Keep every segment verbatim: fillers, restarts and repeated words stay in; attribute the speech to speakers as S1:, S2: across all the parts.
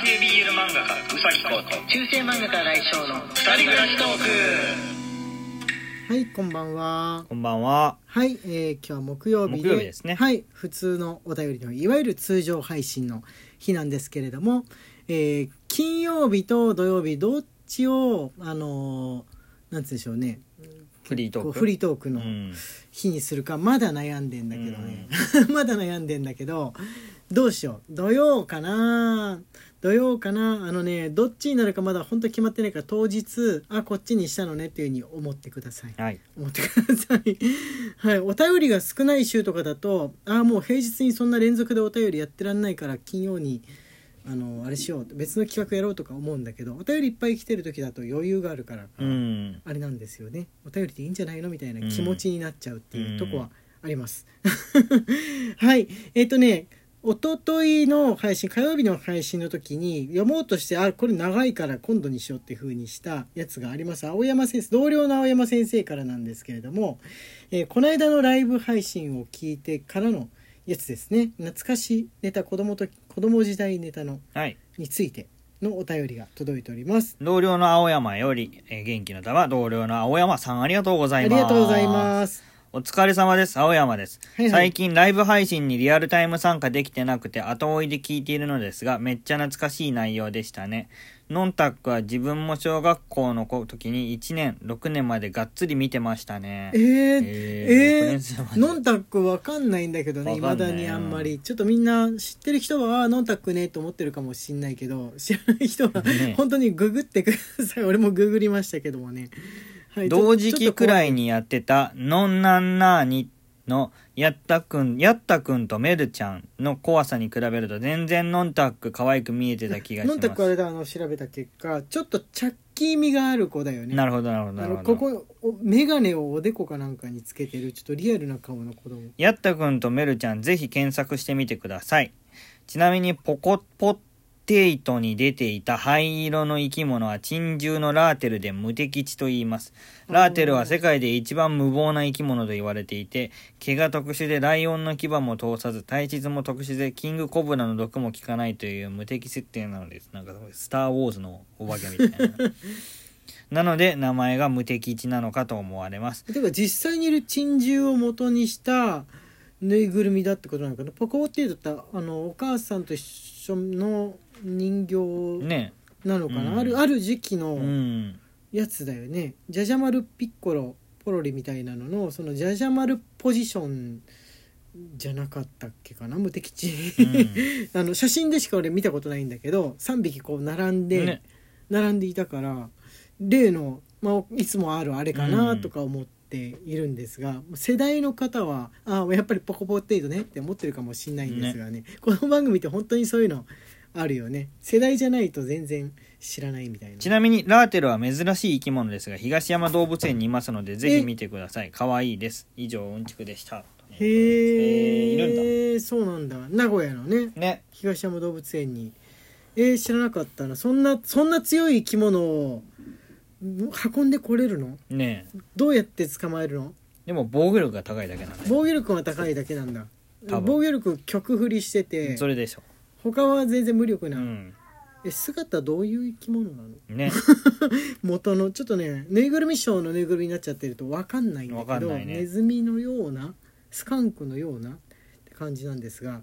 S1: 系 ビーエル 漫画家うさぎこと
S2: 中世漫画家来翔の
S1: ふたり暮らしトーク。
S2: はい、こんばんは。
S3: こんばんは。
S2: はい、えー、今日は木曜日で、
S3: 木曜日ですね。
S2: はい、普通のお便りのいわゆる通常配信の日なんですけれども、えー、金曜日と土曜日どっちをあのー、なんつうんでしょうね、
S3: フリートーク
S2: フリートークの日にするかまだ悩んでんだけどね、うん、まだ悩んでんだけどどうしよう、土曜かな土曜かなあのね、どっちになるかまだ本当決まってないから、当日あこっちにしたのねっていう風に思ってください、
S3: はい、
S2: 思ってくださいはい、お便りが少ない週とかだと、あもう平日にそんな連続でお便りやってらんないから金曜にあのあれしよう、別の企画やろうとか思うんだけど、お便りいっぱい来てる時だと余裕があるから、
S3: うん、
S2: あれなんですよね、お便りでいいんじゃないのみたいな気持ちになっちゃうっていうとこはあります、うん、はいえっ、ー、とねおとといの配信、火曜日の配信の時に読もうとして、あこれ長いから今度にしようっていう風にしたやつがあります。青山先生、同僚の青山先生からなんですけれども、えー、この間のライブ配信を聞いてからのやつですね、懐かしネタ、子供と子供時代ネタの、はい、についてのお便りが届いております。
S3: 同僚の青山より、えー、元気の玉、同僚の青山さん、ありがとうございます。
S2: ありがとうございます。
S3: お疲れ様です。青山です、はいはい。最近ライブ配信にリアルタイム参加できてなくて後追いで聞いているのですが、めっちゃ懐かしい内容でしたね。ノンタックは自分も小学校の時にいちねん、ろくねんまでがっつり見てましたね。
S2: えー、えー、えー、ノンタックわかんないんだけどね、未だにあんまり。ちょっとみんな知ってる人はあノンタックねと思ってるかもしんないけど、知らない人は本当にググってください。俺もググりましたけどもね。はい、
S3: 同時期くらいにやってたノンナンナーニのやったくん、やったくんとメルちゃんの怖さに比べると全然ノンタック可愛く見えてた気がします。
S2: ノンタックあれだ、あの調べた結果ちょっとチャッキー味がある子だよね。
S3: なるほどなるほどなるほ
S2: ど。ここメガネをおでこかなんかにつけてるちょっとリアルな顔の子供。
S3: やったくんとメルちゃんぜひ検索してみてください。ちなみにポコポッテイトに出ていた灰色の生き物は珍獣のラーテルで無敵地と言います。ラーテルは世界で一番無謀な生き物と言われていて、毛が特殊でライオンの牙も通さず、体質も特殊でキングコブラの毒も効かないという無敵設定なのです。なんかスターウォーズのお化けみたいななので名前が無敵地なのかと思われます。
S2: てか実際にいる珍獣を元にしたぬいぐるみだってことなのかな。ポコポッテイトってあのお母さんと一緒の人形なのかな、ねうん、あるある時期のやつだよね、うん、ジャジャマルピッコロポロリみたいなののそのジャジャマルポジションじゃなかったっけかな、無敵地、うん、あの写真でしか俺見たことないんだけどさんびきこう並んで、ね、並んでいたから例の、まあ、いつもあるあれかなとか思っているんですが、うん、世代の方はあやっぱりポコポッテイトねって思ってるかもしれないんですが ね, ねこの番組って本当にそういうのあるよね。世代じゃないと全然知らないみたいな。
S3: ちなみにラーテルは珍しい生き物ですが東山動物園にいますのでぜひ見てください。かわいいです。以上うんちくでした。
S2: へー、いるんだ。そうなんだ。名古屋の ね,
S3: ね
S2: 東山動物園にえー、知らなかったな。そんなそんな強い生き物を運んでこれるの
S3: ね。
S2: どうやって捕まえるの。
S3: でも防御力が高いだけなんだ。
S2: 防御力が高いだけなんだ。防御力極振りしてて
S3: それでしょ。
S2: 他は全然無力な、
S3: うん、
S2: え姿どういう生き物なの、
S3: ね、
S2: 元のちょっとねぬいぐるみショーのぬいぐるみになっちゃってると分かんないんだけど、ね、ネズミのようなスカンクのようなって感じなんですが、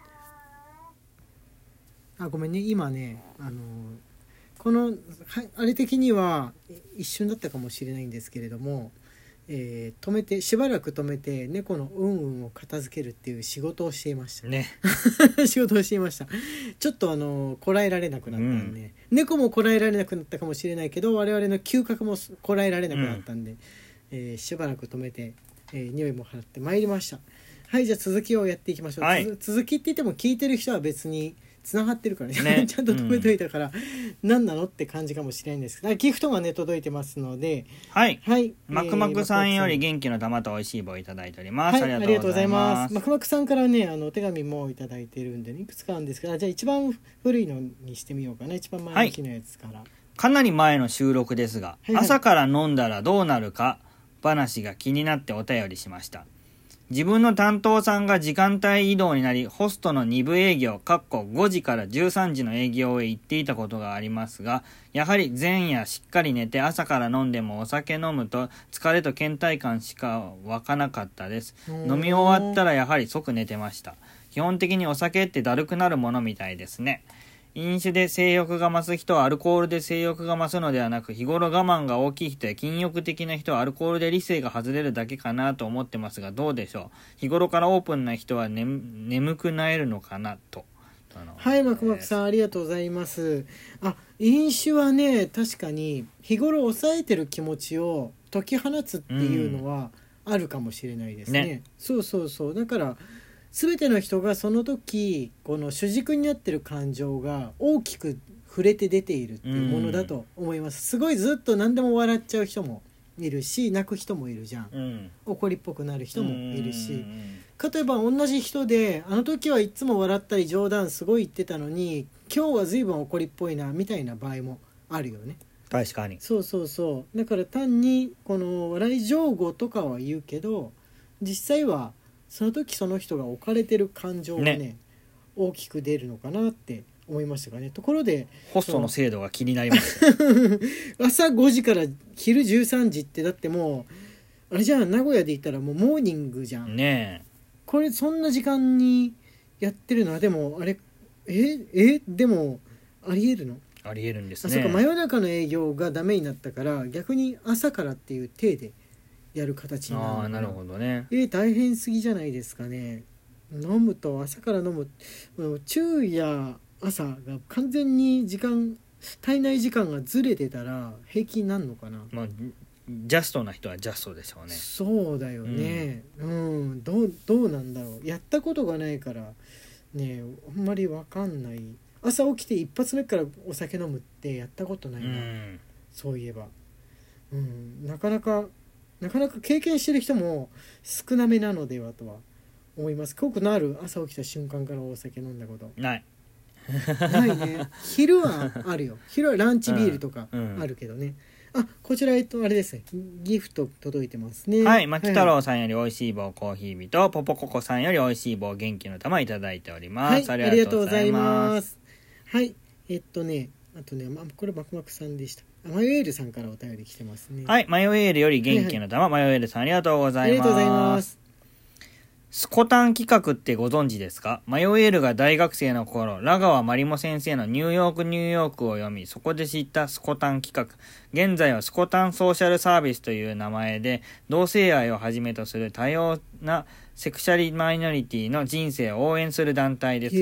S2: あごめんね今ねあのこのあれ的には一瞬だったかもしれないんですけれども、えー、止めてしばらく止めて猫のうんうんを片付けるっていう仕事をしていました
S3: ね
S2: 仕事をしていました。ちょっとあのこらえられなくなったんで、うん、猫もこらえられなくなったかもしれないけど我々の嗅覚もこらえられなくなったんで、うんえー、しばらく止めて、えー、匂いも払ってまいりました。はいじゃあ続きをやっていきましょう、はい、続きって言っても聞いてる人は別につながってるから ね, ねちゃんと止めといたから、うん、何なのって感じかもしれないんですけどギフトがね届いてますので
S3: はい、
S2: はい、
S3: マクマクさんより元気の玉と美味しい棒いただいております、
S2: はい、ありがとうございます。マクマクさんからねあのお手紙もいただいてるんで、ね、いくつかあるんですけどじゃあ一番古いのにしてみようかな。一番前の日のやつから、はい、
S3: かなり前の収録ですが、はいはい、朝から飲んだらどうなるか話が気になってお便りしました。 自分の担当さんが時間帯移動になり、ホストのに部営業、かっこごじからじゅうさんじの営業へ行っていたことがありますが、やはり前夜しっかり寝て朝から飲んでもお酒飲むと疲れと倦怠感しか湧かなかったです。飲み終わったらやはり即寝てました。基本的にお酒ってだるくなるものみたいですね。飲酒で性欲が増す人はアルコールで性欲が増すのではなく、日頃我慢が大きい人や禁欲的な人はアルコールで理性が外れるだけかなと思ってますが、どうでしょう。日頃からオープンな人は、ね、眠くなえるのかなと。
S2: はい、マクマクさんありがとうございます。あ、飲酒はね、確かに日頃抑えてる気持ちを解き放つっていうのはあるかもしれないですね。ね、そうそうそう。だから全ての人がその時この主軸になってる感情が大きく触れて出ているっていうものだと思います。すごいずっと何でも笑っちゃう人もいるし、泣く人もいるじゃん、うん、怒りっぽくなる人もいるし、例えば同じ人であの時はいつも笑ったり冗談すごい言ってたのに今日は随分怒りっぽいなみたいな場合もあるよね。
S3: 確かに。
S2: そうそうそう。だから単にこの笑い上戸とかは言うけど、実際はその時その人が置かれてる感情が ね, ね大きく出るのかなって思いましたかね。ところで
S3: ホストの制度が気になります
S2: 朝ごじから昼じゅうさんじってだってもうあれじゃん、名古屋で言ったらもうモーニングじゃん
S3: ねえ。
S2: これそんな時間にやってるのはでもあれええでもありえるの？
S3: ありえるんですね。
S2: あ、そうか、真夜中の営業がダメになったから逆に朝からっていう体でやる形になる。
S3: ああ、なるほどね。
S2: えー、大変すぎじゃないですかね。飲むと朝から飲む昼夜朝が完全に時間体内時間がずれてたら平気になるのかな。
S3: まあジャストな人はジャストでしょうね。
S2: そうだよね、うん、うん、どう、どうなんだろう。やったことがないからね、あんまり分かんない。朝起きて一発目からお酒飲むってやったことないな、うん、そういえば、うん、なかなかなかなか経験してる人も少なめなのではとは思います。濃くなる朝起きた瞬間からお酒飲んだこと
S3: ない
S2: ないね。昼はあるよ。昼はランチビールとかあるけどね、うんうん、あ、こちらえっとあれですね、ギフト届いてますね。
S3: はい、牧太郎さんよりおいしい棒コーヒー人、ポポココさんよりおいしい棒元気の玉いただいております、
S2: はい、ありがとうございます。はい、えっとねあとね、ま、これマクマクさんでした。マヨエールさんからお便り来てますね。
S3: はい、マヨエールより元気の玉、はいはい、マヨエールさんありがとうございます。
S2: ありがとうございます。
S3: スコタン企画ってご存知ですか？マヨエールが大学生の頃、ラガワマリモ先生のニューヨークニューヨークを読み、そこで知ったスコタン企画。現在はスコタンソーシャルサービスという名前で、同性愛をはじめとする多様なセクシャリマイノリティの人生を応援する団体です。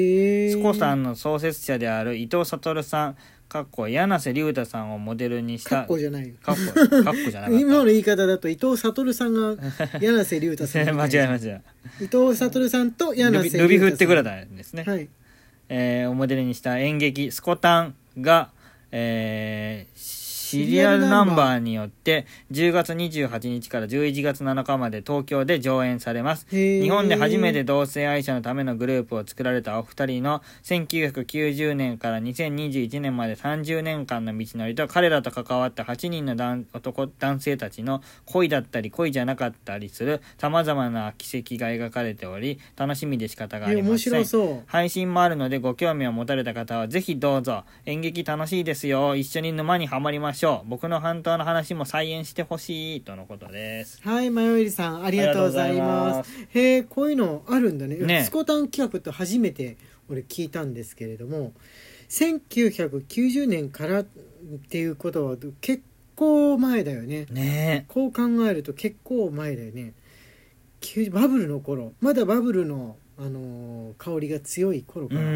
S3: スコさんの創設者である伊藤悟さん、かっこ柳瀬龍太さんをモデルにした。
S2: かっこじゃないよ。
S3: かっこ、かっこじゃなかった。
S2: 今の言い方だと伊藤悟さんが柳瀬龍太さん
S3: 間違えました。
S2: 伊藤悟さんと柳瀬龍太さん。
S3: ルビ振ってくれたんですね。
S2: はい。
S3: えー、をモデルにした演劇スコタンが、えー、シリアルナンバーによってじゅうがつにじゅうはちにちからじゅういちがつなのかまで東京で上演されます。日本で初めて同性愛者のためのグループを作られたお二人のせんきゅうひゃくきゅうじゅうねんからにせんにじゅういちねんまでさんじゅうねんかんの道のりと、彼らと関わったはちにんの男男男性たちの恋だったり恋じゃなかったりする様々な奇跡が描かれており、楽しみで仕方がありません。
S2: 面白そう。
S3: 配信もあるのでご興味を持たれた方はぜひどうぞ。演劇楽しいですよ。一緒に沼にはまりましょう。僕の半島の話も再演してほしいとのことです。
S2: はい、マヨエリさんありがとうございます。へえ、こういうのあるんだ ね, ね。スコタン企画って初めて俺聞いたんですけれども、せんきゅうひゃくきゅうじゅうねんからっていうことは結構前だよね。
S3: ね、
S2: こう考えると結構前だよね。バブルの頃、まだバブルの、あのー、香りが強い頃から。うん、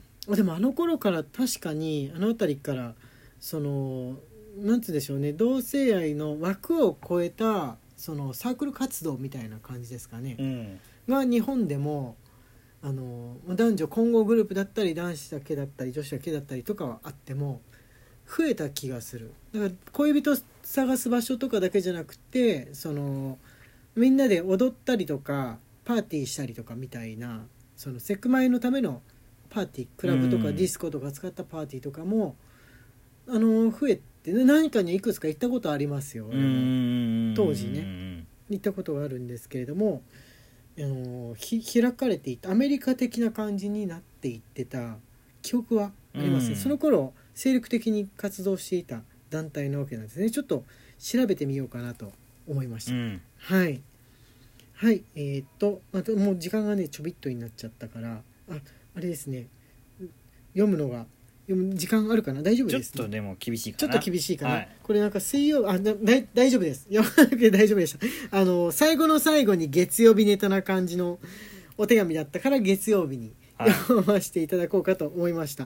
S2: でもあの頃から確かにあの辺りからそのなんつうんでしょうね、同性愛の枠を超えたそのサークル活動みたいな感じですかね、うん、が日本でもあの男女混合グループだったり男子だけだったり女子だけだったりとかはあっても増えた気がする。だから恋人探す場所とかだけじゃなくて、そのみんなで踊ったりとかパーティーしたりとかみたいな、そのセクマイのためのパーティー、クラブとかディスコとか使ったパーティーとかも、うん、あの増えて何かにいくつか行ったことありますよ。当時ね行ったことがあるんですけれども、 のひ開かれていたアメリカ的な感じになっていってた記憶はありますね、うん、その頃精力的に活動していた団体なわけなんですね。ちょっと調べてみようかなと思いました、うん、はいはいえー、っとあともう時間がねちょびっとになっちゃったからああれですね読むのが時間あるかな大丈夫です、ね、
S3: ちょっとでも厳しいかな
S2: ちょっと厳しいかな、
S3: はい、
S2: これなんか水曜あだだ大丈夫です読まなくて大丈夫でしたあの最後の最後に月曜日ネタな感じのお手紙だったから月曜日に読ませていただこうかと思いました、はい、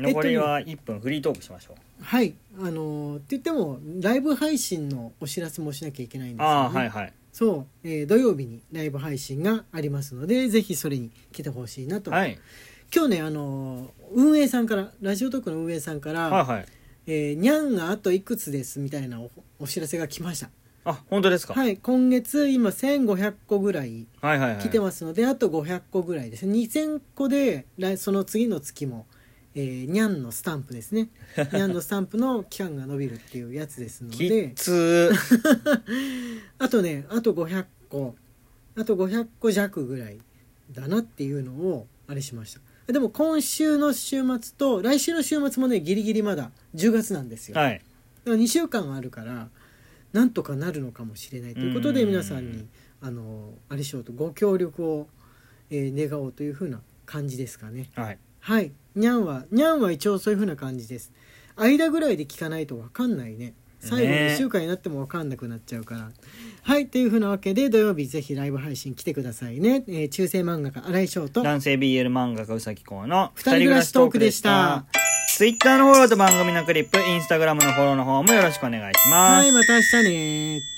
S3: 残りはいっぷんフリートークしましょう。
S2: はいあのって言ってもライブ配信のお知らせもしなきゃいけないんですよね。
S3: あ、はいはい、
S2: そう、えー、土曜日にライブ配信がありますのでぜひそれに来てほしいなと、はい今日ねあの運営さんからラジオトークの運営さんから、はいはいえー、にゃんがあといくつですみたいな お, お知らせが来ました。
S3: あ本当ですか。
S2: はい今月今せんごひゃっこぐらい来てますので、はいはいはい、あとごひゃっこぐらいですね。にせんこでその次の月も、えー、にゃんのスタンプですねにゃんのスタンプの期間が伸びるっていうやつですので
S3: きつ
S2: あとねあとごひゃっこあとごひゃっこ弱ぐらいだなっていうのをあれしました。でも今週の週末と来週の週末もねギリギリまだじゅうがつなんですよ、はい、だからにしゅうかんあるからなんとかなるのかもしれないということで皆さんにあのあれしようとご協力を、えー、願おうというふうな感じですかね。はい、はい、にゃんはにゃんは一応そういうふうな感じです。間ぐらいで聞かないと分かんないね。最後のいっしゅうかんになっても分かんなくなっちゃうから、ね、はいというふうなわけで土曜日ぜひライブ配信来てくださいね、えー、中世漫画家新井翔と
S3: 男性 ビーエル 漫画家うさぎこうの
S2: ふたり暮らしトークでした。
S3: ツイッターのフォローと番組のクリップインスタグラムのフォローの方もよろしくお願いします。
S2: はいまた明日ね。